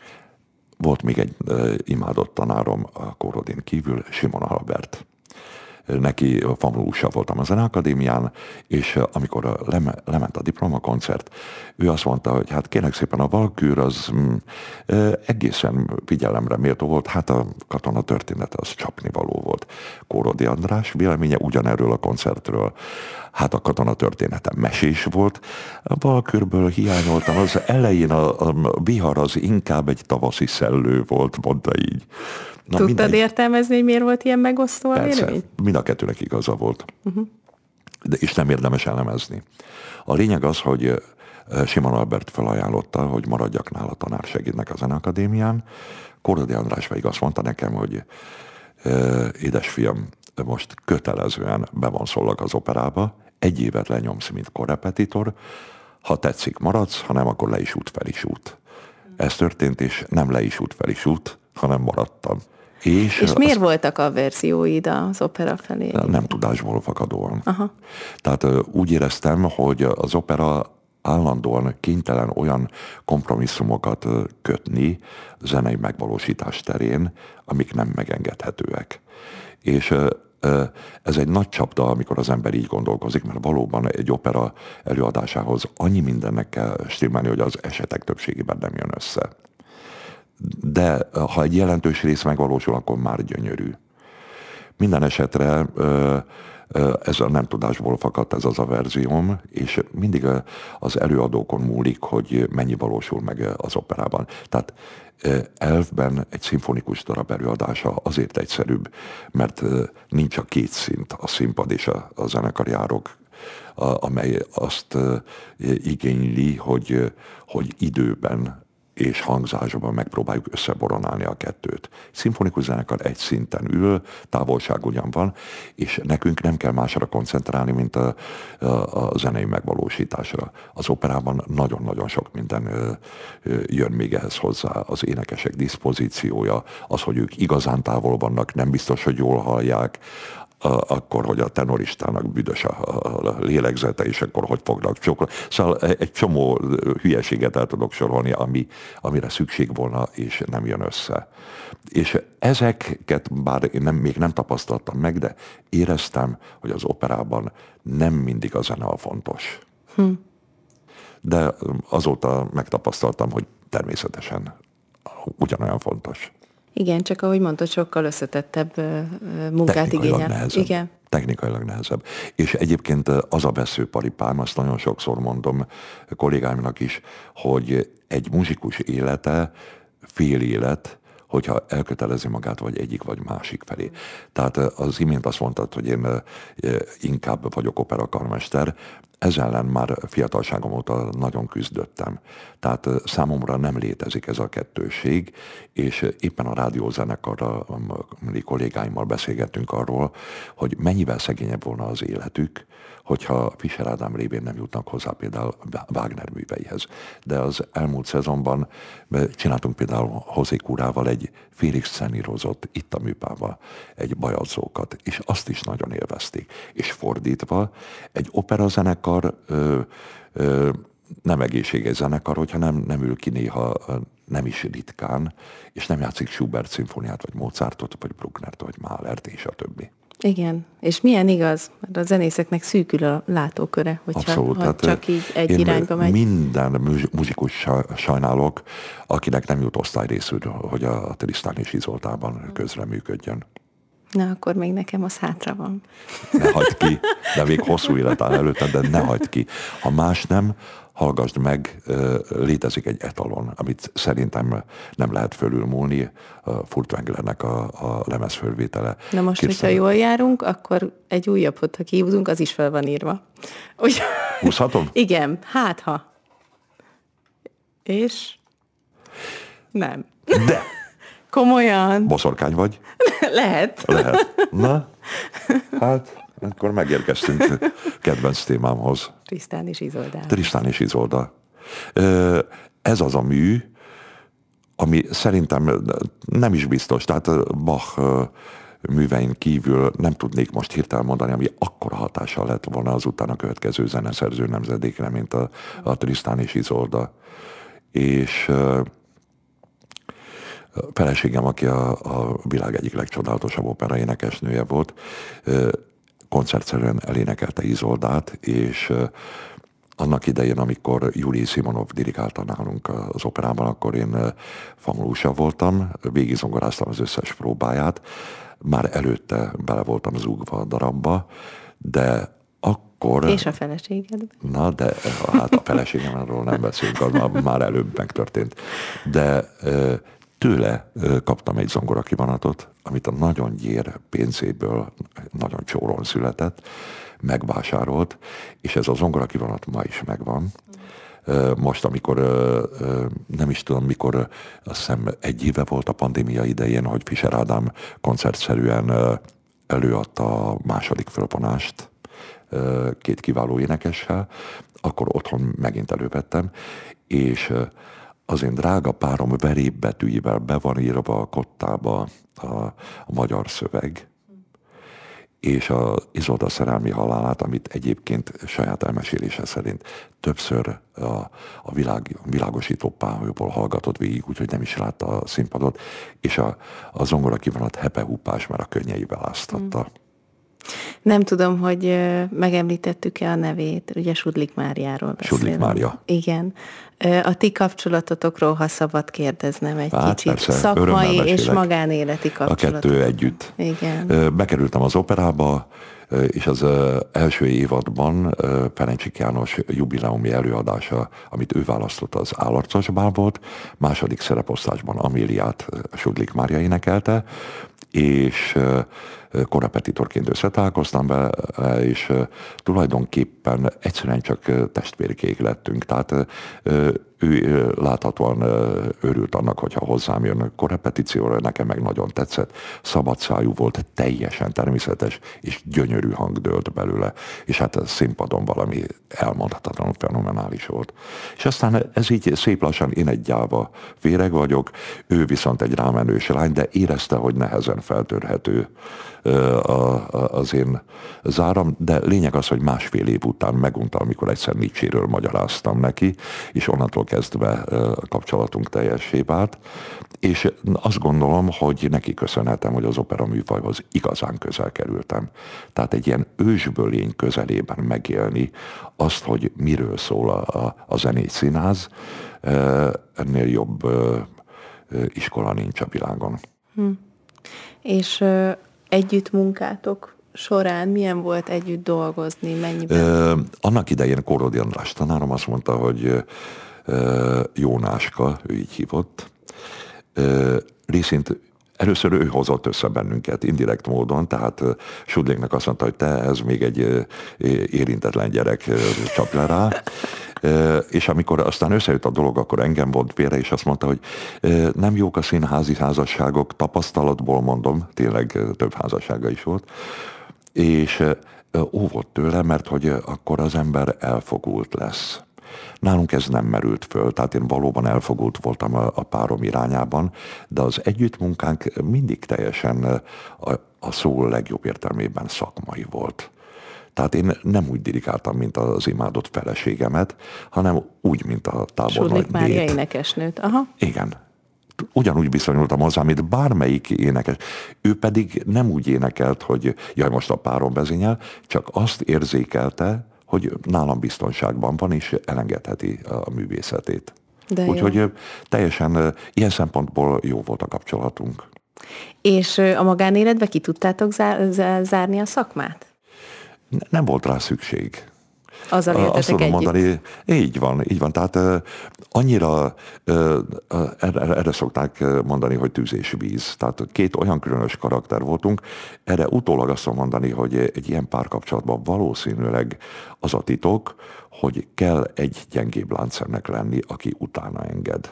Volt még egy uh, imádott tanárom a Korodin kívül, Simon Albert. Neki famulúsa voltam a Zeneakadémián, és uh, amikor leme, lement a diplomakoncert, ő azt mondta, hogy hát kérlek szépen a Valkür az mm, uh, egészen figyelemre méltó volt, hát a katona története az csapnivaló volt. Kórodi András véleménye ugyanerről a koncertről, hát a katona története mesés volt. A Valkürből hiányoltam, az elején a, a vihar az inkább egy tavaszi szellő volt, mondta így. Na, Tudtad mindegy. értelmezni, hogy miért volt ilyen megosztó a vélemény? Mind a kettőnek igaza volt. Uh-huh. De, és nem érdemes elemezni. A lényeg az, hogy Simon Albert felajánlotta, hogy maradjak nála tanársegédnek a Zeneakadémián. Korodi András pedig azt mondta nekem, hogy édesfiam, most kötelezően bevonszolak az operába, egy évet lenyomsz, mint korrepetitor, ha tetszik, maradsz, ha nem, akkor le is út, fel is út. Ez történt, és nem le is út, fel is út, hanem maradtam. És, és miért az, voltak averzióid az opera felé? Nem tudásból fakadóan. Aha. Tehát úgy éreztem, hogy az opera állandóan kénytelen olyan kompromisszumokat kötni zenei megvalósítás terén, amik nem megengedhetőek. És ez egy nagy csapda, amikor az ember így gondolkozik, mert valóban egy opera előadásához annyi mindennek kell stimmelni, hogy az esetek többségében nem jön össze. De ha egy jelentős rész megvalósul, akkor már gyönyörű. Minden esetre ez a nem tudásból fakadt, ez az averzióm, és mindig az előadókon múlik, hogy mennyi valósul meg az operában. Tehát elfben egy szimfonikus darab előadása azért egyszerűbb, mert nincs a két szint, a színpad és a, a zenekarjárok, amely azt igényli, hogy, hogy időben és hangzásban megpróbáljuk összeboronálni a kettőt. Szimfonikus zenekar egy szinten ül, távolság ugyan van, és nekünk nem kell másra koncentrálni, mint a, a, a zenei megvalósításra. Az operában nagyon-nagyon sok minden ö, ö, jön még ehhez hozzá. Az énekesek diszpozíciója, az, hogy ők igazán távol vannak, nem biztos, hogy jól hallják, akkor, hogy a tenoristának büdös a lélegzete, és akkor hogy fognak csokra. Szóval egy csomó hülyeséget el tudok sorolni, ami, amire szükség volna, és nem jön össze. És ezeket, bár én nem, még nem tapasztaltam meg, de éreztem, hogy az operában nem mindig a zene a fontos. Hm. De azóta megtapasztaltam, hogy természetesen ugyanolyan fontos. Igen, csak ahogy mondtad, sokkal összetettebb munkát igényel. Nehezebb. Igen. Technikailag nehezebb. És egyébként az a veszőparipám, azt nagyon sokszor mondom kollégáimnak is, hogy egy muzsikus élete fél élet, hogyha elkötelezi magát vagy egyik vagy másik felé. Tehát az imént azt mondtad, hogy én inkább vagyok operakarmester, ez ellen már fiatalságom óta nagyon küzdöttem. Tehát számomra nem létezik ez a kettőség, és éppen a rádiózenekarral, a kollégáimmal beszélgettünk arról, hogy mennyivel szegényebb volna az életük, hogyha Fischer Ádám révén nem jutnak hozzá például Wagner műveihez. De az elmúlt szezonban csináltunk például José Curával egy félig szenírozott, itt a műpával, egy bajadzókat, és azt is nagyon élvezték. És fordítva, egy operazenekar ö, ö, nem egészséges zenekar, hogyha nem, nem ül ki néha, nem is ritkán, és nem játszik Schubert szimfóniát, vagy Mozartot, vagy Brucknert, vagy Mahlert, és a többi. Igen, és milyen igaz, mert a zenészeknek szűkül a látóköre, hogyha Abszolút, ha csak így egy én irányba megy. Minden muzsikus sajnálok, akinek nem jut osztályrészül, hogy a Tristan és Izoltában közreműködjön. Na, akkor még nekem az hátra van. Ne hagyd ki, de még hosszú élet áll előtte, de ne hagyd ki. Ha más nem, hallgassd meg, létezik egy etalon, amit szerintem nem lehet fölülmúlni, Furtwänglernek a, a lemezfölvétele. Na most, Kirsten... hogyha jól járunk, akkor egy újabbat, ha kihúzunk, az is fel van írva. Úgy... Húzhatom? Igen, hát ha. És? Nem. De! Komolyan? Boszorkány vagy? Lehet. Lehet. Na, hát... Akkor megérkeztünk kedvenc témámhoz. Tristan és Izolda. Tristan és Izolda. Ez az a mű, ami szerintem nem is biztos, tehát Bach művein kívül nem tudnék most hirtelen mondani, ami akkora hatással lett volna azután a következő zeneszerző nemzedékre, mint a, a Tristan és Izolda. És feleségem, aki a, a világ egyik legcsodálatosabb opera énekesnője volt, koncertszerűen elénekelte Izoldát, és annak idején, amikor Júlij Szimonov dirigálta nálunk az operában, akkor én famulúsa voltam, végigzongoráztam az összes próbáját, már előtte bele voltam zúgva a darabba, de akkor... És a feleséged? Na, de hát a feleségemről nem beszélünk, az már előbb megtörtént. De tőle kaptam egy zongorakivonatot, amit a nagyon gyér pénzéből nagyon csórón született, megvásárolt, és ez a zongorakivonat ma is megvan. Most, amikor nem is tudom, mikor, azt hiszem egy éve volt a pandémia idején, hogy Fischer Ádám koncertszerűen előadta a második fölvonást két kiváló énekessel, akkor otthon megint elővettem, és az én drága párom veréb betűivel be van írva a kottába a, a magyar szöveg, és az Izolda szerelmi halálát, amit egyébként saját elmesélése szerint többször a, a világ, világosító páholyból hallgatott végig, úgyhogy nem is látta a színpadot, és a, a zongorakivonat hepehúpás, mert a könnyeivel áztatta. Mm. Nem tudom, hogy megemlítettük-e a nevét, ugye Sudlik Máriáról beszélünk. Sudlik Mária. Igen. A ti kapcsolatotokról, ha szabad kérdeznem egy hát, kicsit. Persze, szakmai és magánéleti kapcsolatok. A kettő együtt. Igen. Bekerültem az operába, és az első évadban Ferencsik János jubileumi előadása, amit ő választott, az Állarcos bál volt, második szereposztásban Améliát Sudlik Mária énekelte, és korrepetitorként összetalálkoztam vele, és tulajdonképpen egyszerűen csak testvérkék lettünk. Tehát ő láthatóan örült annak, hogyha hozzám jön korrepeticióra, nekem meg nagyon tetszett. Szabadszájú volt, teljesen természetes, és gyönyörű hang dőlt belőle. És hát a színpadon valami elmondhatatlanul fenomenális volt. És aztán ez így szép lassan, én egy gyáva féreg vagyok, ő viszont egy rámenős lány, de érezte, hogy nehezen feltörhető az én záram, de lényeg az, hogy másfél év után megunta, amikor egyszer Nietzséről magyaráztam neki, és onnantól kezdve kapcsolatunk teljessé vált, és azt gondolom, hogy neki köszönhetem, hogy az opera műfajhoz igazán közel kerültem. Tehát egy ilyen ősbölény közelében megélni azt, hogy miről szól a, a, a zenés színház, ennél jobb iskola nincs a világon. Hm. És együtt munkátok során milyen volt együtt dolgozni, mennyiben? Ö, annak idején Kórodi András tanárom azt mondta, hogy ö, Jónáska, ő így hívott, ö, részint először ő hozott össze bennünket indirekt módon, tehát Sudliknek azt mondta, hogy te, ez még egy érintetlen gyerek, csap le rá. És amikor aztán összejött a dolog, akkor engem vont félre, és azt mondta, hogy nem jók a színházi házasságok, tapasztalatból mondom, tényleg több házassága is volt, és óvott tőle, mert hogy akkor az ember elfogult lesz. Nálunk ez nem merült föl, tehát én valóban elfogult voltam a, a párom irányában, de az együttmunkánk mindig teljesen a, a szó legjobb értelmében szakmai volt. Tehát én nem úgy dirigáltam, mint az imádott feleségemet, hanem úgy, mint a tábornagy Surlik Mária nét. énekesnőt. Aha. Igen. Ugyanúgy viszonyultam hozzá, mint bármelyik énekes. Ő pedig nem úgy énekelt, hogy jaj, most a párom vezényel, csak azt érzékelte, hogy nálam biztonságban van, és elengedheti a művészetét. Úgyhogy teljesen ilyen szempontból jó volt a kapcsolatunk. És a magánéletbe ki tudtátok zárni a szakmát? Nem volt rá szükség. Azzal éltetek Azt tudom együtt. mondani, így van, így van. Tehát uh, annyira, uh, erre, erre szokták mondani, hogy tűz és víz. Tehát két olyan különös karakter voltunk. Erre utólag azt tudom mondani, hogy egy ilyen párkapcsolatban valószínűleg az a titok, hogy kell egy gyengébb láncszemnek lenni, aki utána enged.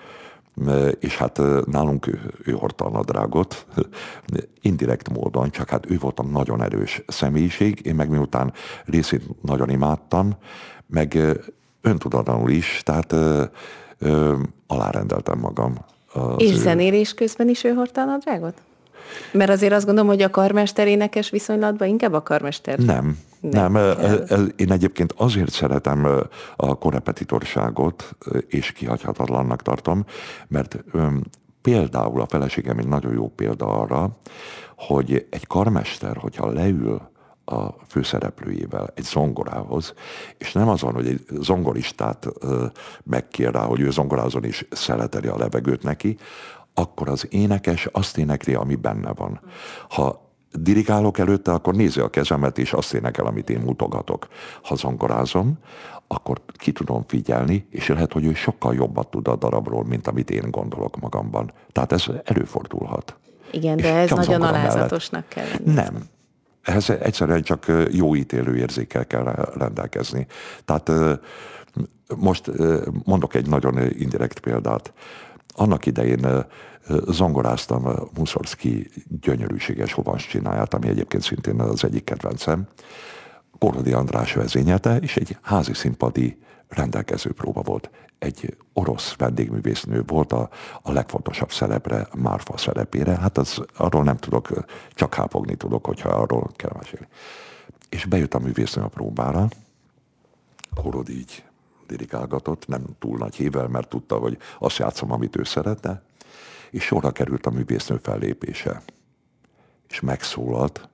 És hát nálunk ő, ő hordta a nadrágot, indirekt módon, csak hát ő volt a nagyon erős személyiség, én meg miután részét nagyon imádtam, meg öntudatlanul is, tehát ö, ö, alárendeltem magam. És ő... zenélés közben is ő hordta a nadrágot? Mert azért azt gondolom, hogy a karmester énekes viszonylatban inkább a karmester... Nem, nem. nem. Én egyébként azért szeretem a korrepetitorságot, és kihagyhatatlannak tartom, mert például a feleségem egy nagyon jó példa arra, hogy egy karmester, hogyha leül a főszereplőjével egy zongorához, és nem az van, hogy egy zongoristát megkér rá, hogy ő zongorázon is szeleteli a levegőt neki, akkor az énekes azt énekli, ami benne van. Ha dirigálok előtte, akkor nézi a kezemet, és azt énekel, amit én mutogatok. Ha zongorázom, akkor ki tudom figyelni, és lehet, hogy ő sokkal jobbat tud a darabról, mint amit én gondolok magamban. Tehát ez előfordulhat. Igen, de ez nagyon alázatosnak kell lenni. Nem. Ehhez egyszerűen csak jó ítélő érzékkel kell rendelkezni. Tehát most mondok egy nagyon indirekt példát. Annak idején zongoráztam Mussorgsky gyönyörűséges Hovans csináját, ami egyébként szintén az egyik kedvencem. Korodi András vezényelte, és egy házi színpadi rendelkező próba volt. Egy orosz vendégművésznő volt a, a legfontosabb szerepre, Márfa szerepére. Hát az, arról nem tudok, csak hápogni tudok, hogyha arról kell mesélni. És bejött a művésznő a próbára, Korodi így dirigálgatott, nem túl nagy hível, mert tudta, hogy azt játszom, amit ő szeretne, és sorra került a művésznő fellépése. És megszólalt,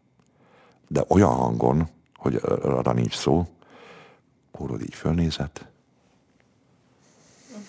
de olyan hangon, hogy arra nincs szó, Kórod így fölnézett, uh-huh.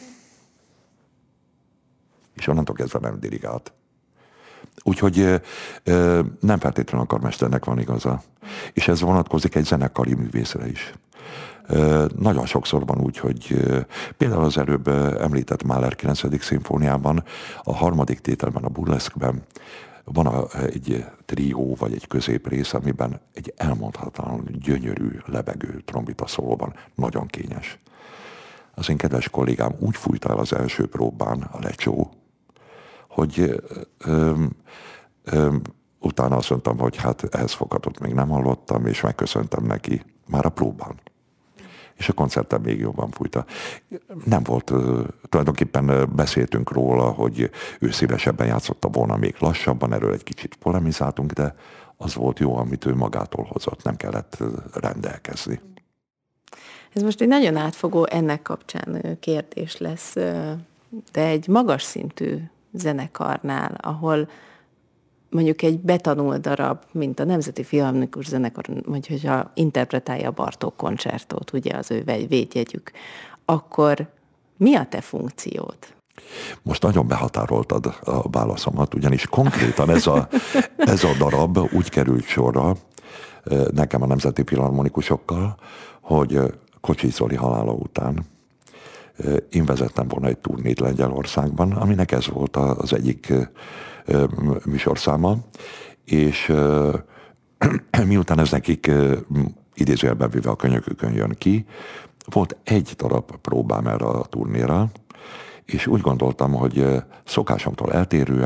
és onnantól kezdve nem dirigált. Úgyhogy nem feltétlenül a karmesternek van igaza. Uh-huh. És ez vonatkozik egy zenekari művészre is. Nagyon sokszor van úgy, hogy például az előbb említett Mahler kilencedik szimfóniában, a harmadik tételben, a burleszkben van a, egy trió vagy egy középrész, amiben egy elmondhatatlanul gyönyörű, lebegő trombita szóló van, nagyon kényes. Az én kedves kollégám úgy fújta el az első próbán, a lecsó, hogy öm, öm, utána azt mondtam, hogy hát ehhez fogatot még nem hallottam, és megköszöntem neki már a próbán. És a koncerten még jobban fújta. Nem volt, tulajdonképpen beszéltünk róla, hogy ő szívesebben játszotta volna még lassabban, erről egy kicsit polemizáltunk, de az volt jó, amit ő magától hozott, nem kellett rendelkezni. Ez most egy nagyon átfogó ennek kapcsán kérdés lesz, de egy magas szintű zenekarnál, ahol mondjuk egy betanult darab, mint a Nemzeti Filharmonikus Zenekar, vagy hogyha interpretálja a Bartók koncertót, ugye az ő védjegyük, akkor mi a te funkciód? Most nagyon behatároltad a válaszomat, ugyanis konkrétan ez a, ez a darab úgy került sorra nekem a Nemzeti Filharmonikusokkal, hogy Kocsis Zoli halála után én vezettem volna egy turnét Lengyelországban, aminek ez volt az egyik műsorszáma, és miután ez nekik idézőjelben véve a könyökükön jön ki, volt egy darab próbám erre a turnéra, és úgy gondoltam, hogy szokásomtól eltérően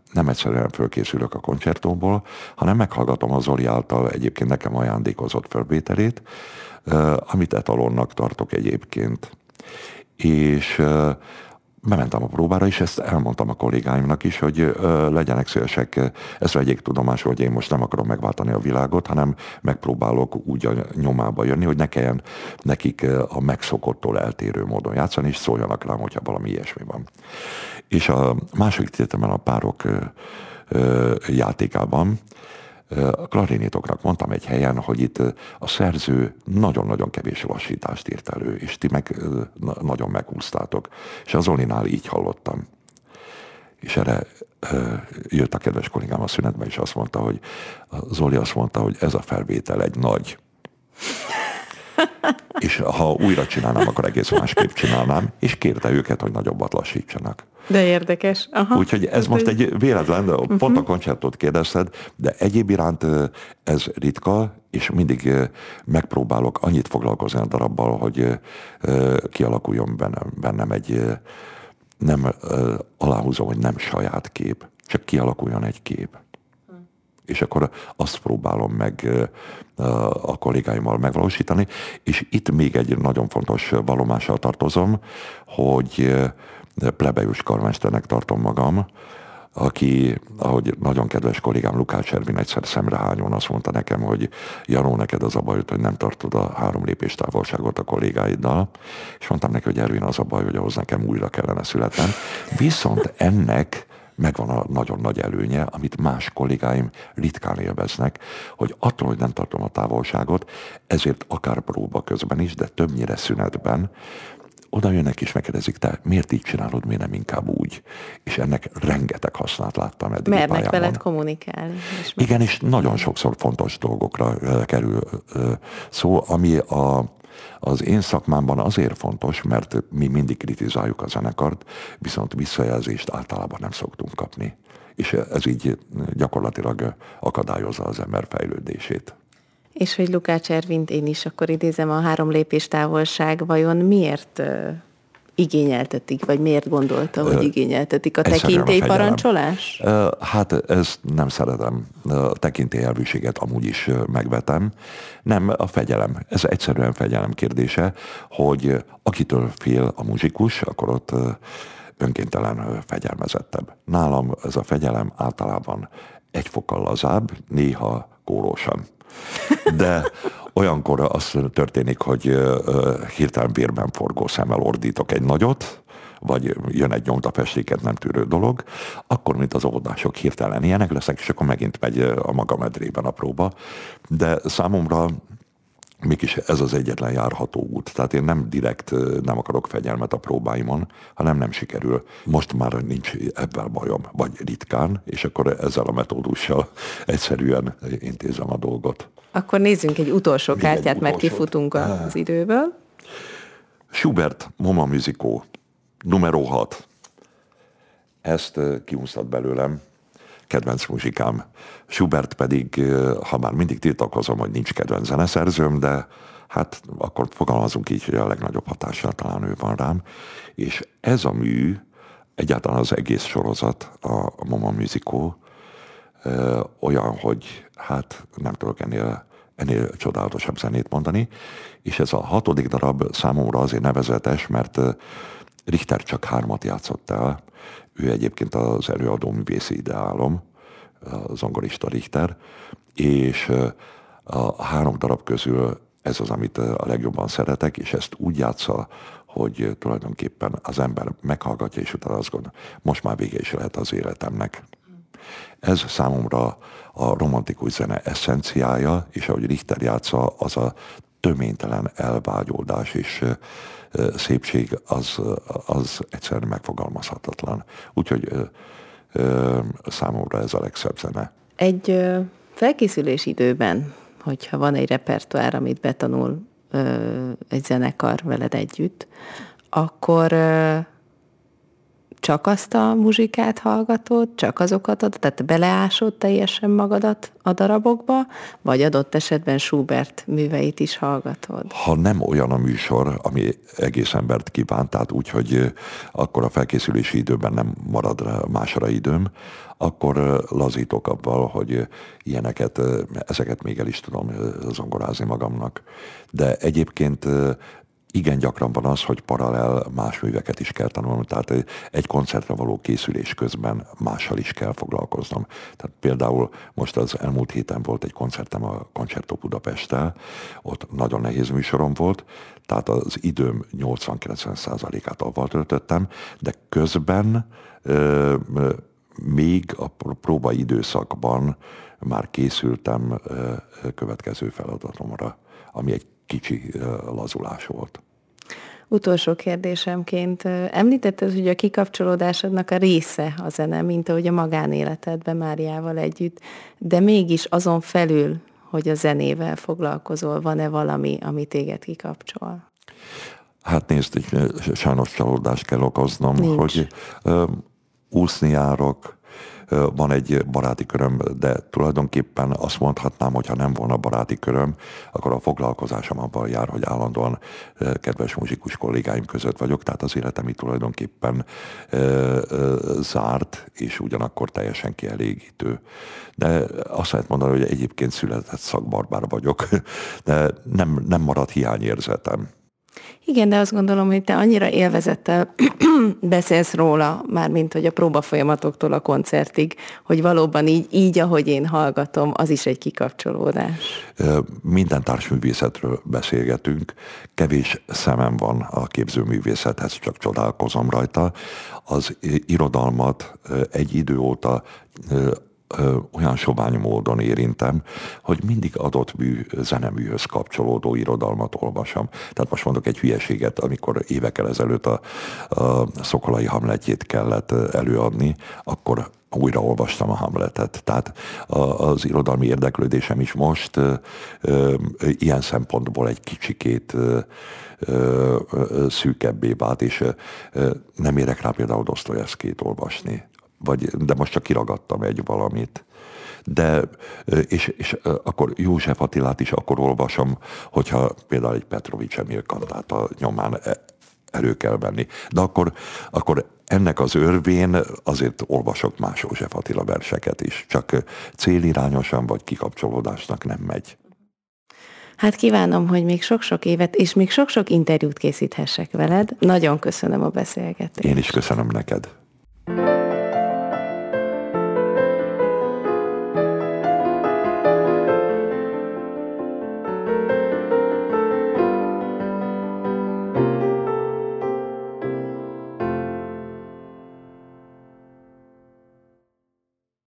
nem egyszerűen fölkészülök a koncertóból, hanem meghallgatom a Zoli által egyébként nekem ajándékozott felvételét, amit etalonnak tartok egyébként. És bementem a próbára, és ezt elmondtam a kollégáimnak is, hogy ö, legyenek szívesek, ezt vegyék tudomásul, hogy én most nem akarom megváltani a világot, hanem megpróbálok úgy a nyomába jönni, hogy ne kelljen nekik a megszokottól eltérő módon játszani, és szóljanak rám, hogyha valami ilyesmi van. És a második tétemen a párok ö, ö, játékában a klarinétoknak mondtam egy helyen, hogy itt a szerző nagyon-nagyon kevés lassítást írt elő, és ti meg nagyon megúsztátok. És az Zolinál így hallottam. És erre jött a kedves kollégám a szünetbe, és azt mondta, hogy a Zoli azt mondta, hogy ez a felvétel egy nagy. És ha újra csinálnám, akkor egész másképp csinálnám, és kérte őket, hogy nagyobbat lassítsanak. De érdekes. Úgyhogy ez hát, most egy véletlen, uh-huh. pont a koncertot kérdezted, de egyéb iránt ez ritka, és mindig megpróbálok annyit foglalkozni a darabbal, hogy kialakuljon bennem, bennem egy, nem aláhúzom, hogy nem saját kép, csak kialakuljon egy kép. És akkor azt próbálom meg a kollégáimmal megvalósítani. És itt még egy nagyon fontos vallomással tartozom, hogy plebejus karmesternek tartom magam, aki, ahogy nagyon kedves kollégám Lukács Ervin egyszer szemrehányón azt mondta nekem, hogy Janó, neked az a bajod, hogy nem tartod a három lépés távolságot a kollégáiddal, és mondtam neki, hogy Ervin, az a baj, hogy ahhoz nekem újra kellene születnem. Viszont ennek megvan a nagyon nagy előnye, amit más kollégáim ritkán élveznek, hogy attól, hogy nem tartom a távolságot, ezért akár próba közben is, de többnyire szünetben, oda jönnek és megkérdezik, te miért így csinálod, miért nem inkább úgy? És ennek rengeteg hasznát láttam eddig a pályámon. Mernek veled kommunikálni. És igen, és nagyon sokszor fontos dolgokra kerül szó, ami a, az én szakmámban azért fontos, mert mi mindig kritizáljuk a zenekart, viszont visszajelzést általában nem szoktunk kapni. És ez így gyakorlatilag akadályozza az ember fejlődését. És hogy Lukács Ervint én is akkor idézem, a három lépés távolság vajon miért uh, igényeltetik, vagy miért gondolta, hogy igényeltetik? A tekintélyparancsolás? Uh, hát ezt nem szeretem. A tekintélyelvűséget amúgy is megvetem. Nem, a fegyelem. Ez egyszerűen fegyelem kérdése, hogy akitől fél a muzsikus, akkor ott önkéntelen fegyelmezettebb. Nálam ez a fegyelem általában egy fokkal lazább, néha kórósan. De olyankor az történik, hogy uh, hirtelen vérben forgó szemmel ordítok egy nagyot, vagy jön egy nyomtafestéket nem tűrő dolog, akkor, mint az óvodások, hirtelen ilyenek leszek, és akkor megint megy a maga medrében a próba. De számomra mégis ez az egyetlen járható út. Tehát én nem direkt nem akarok fegyelmet a próbáimon, hanem nem sikerül. Most már nincs ebben bajom, vagy ritkán, és akkor ezzel a metódussal egyszerűen intézem a dolgot. Akkor nézzünk egy utolsó Még kártyát, egy mert utolsót. kifutunk az időből. Schubert, Moma Musico, numero hat. Ezt kiúsztad belőlem. Kedvenc muzsikám. Schubert pedig, ha már mindig tiltakozom, hogy nincs kedvenc zeneszerzőm, de hát akkor fogalmazunk így, hogy a legnagyobb hatással talán ő van rám. És ez a mű, egyáltalán az egész sorozat, a Moma Musico, olyan, hogy hát nem tudok ennél, ennél csodálatosabb zenét mondani. És ez a hatodik darab számomra azért nevezetes, mert Richter csak hármat játszott el. Ő egyébként az előadó művészi ideálom, a zongorista Richter, és a három darab közül ez az, amit a legjobban szeretek, és ezt úgy játsza, hogy tulajdonképpen az ember meghallgatja, és utána azt gondol, most már vége is lehet az életemnek. Ez számomra a romantikus zene eszenciája, és ahogy Richter játsza, az a töménytelen elvágyódás és szépség, az, az egyszerűen megfogalmazhatatlan. Úgyhogy ö, ö, számomra ez a legszebb zene. Egy ö, felkészülési időben, hogyha van egy repertoár, amit betanul ö, egy zenekar veled együtt, akkor ö, csak azt a muzsikát hallgatod, csak azokat, ad, tehát beleásod teljesen magadat a darabokba, vagy adott esetben Schubert műveit is hallgatod? Ha nem olyan a műsor, ami egész embert kíván, tehát úgy, hogy akkor a felkészülési időben nem marad másra időm, akkor lazítok abban, hogy ilyeneket, ezeket még el is tudom zongorázni magamnak. De egyébként igen gyakran van az, hogy paralel más műveket is kell tanulnom, tehát egy koncertre való készülés közben mással is kell foglalkoznom. Tehát például most az elmúlt héten volt egy koncertem a Concerto Budapesttel, ott nagyon nehéz műsorom volt, tehát az időm nyolcvan-kilencven százalékát avval töltöttem, de közben ö, ö, még a próba időszakban már készültem ö, következő feladatomra, ami egy kicsi lazulás volt. Utolsó kérdésemként említetted, hogy a kikapcsolódásodnak a része a zene, mint ahogy a magánéletedben Máriával együtt, de mégis azon felül, hogy a zenével foglalkozol, van-e valami, ami téged kikapcsol? Hát nézd, sajnos csalódást kell okoznom, Nincs. hogy uh, úszni járok, van egy baráti köröm, de tulajdonképpen azt mondhatnám, hogy ha nem volna baráti köröm, akkor a foglalkozásom abban jár, hogy állandóan kedves muzsikus kollégáim között vagyok, tehát az életem itt tulajdonképpen zárt, és ugyanakkor teljesen kielégítő. De azt lehet mondani, hogy egyébként született szakbarbár vagyok, de nem, nem marad hiányérzetem. Igen, de azt gondolom, hogy te annyira élvezettel beszélsz róla, mármint hogy a próbafolyamatoktól a koncertig, hogy valóban így, így, ahogy én hallgatom, az is egy kikapcsolódás. Minden társművészetről beszélgetünk, kevés szemem van a képzőművészethez, csak csodálkozom rajta. Az irodalmat egy idő óta Ö, olyan sovány módon érintem, hogy mindig adott mű, zeneműhöz kapcsolódó irodalmat olvasom. Tehát most mondok egy hülyeséget, amikor évekkel ezelőtt a, a Szokolai Hamletjét kellett előadni, akkor újra olvastam a Hamletet. Tehát a, az irodalmi érdeklődésem is most ö, ö, ilyen szempontból egy kicsikét ö, ö, ö, szűkebbé vált, és ö, nem érek rá például Dosztojevszkijt olvasni. Vagy, de most csak kiragadtam egy valamit. De, és, és akkor József Attilát is akkor olvasom, hogyha például egy Petrovics Emil kantáta nyomán elő kell venni. De akkor, akkor ennek az örvén azért olvasok más József Attila verseket is, csak célirányosan vagy kikapcsolódásnak nem megy. Hát kívánom, hogy még sok-sok évet, és még sok-sok interjút készíthessek veled. Nagyon köszönöm a beszélgetést. Én is köszönöm neked.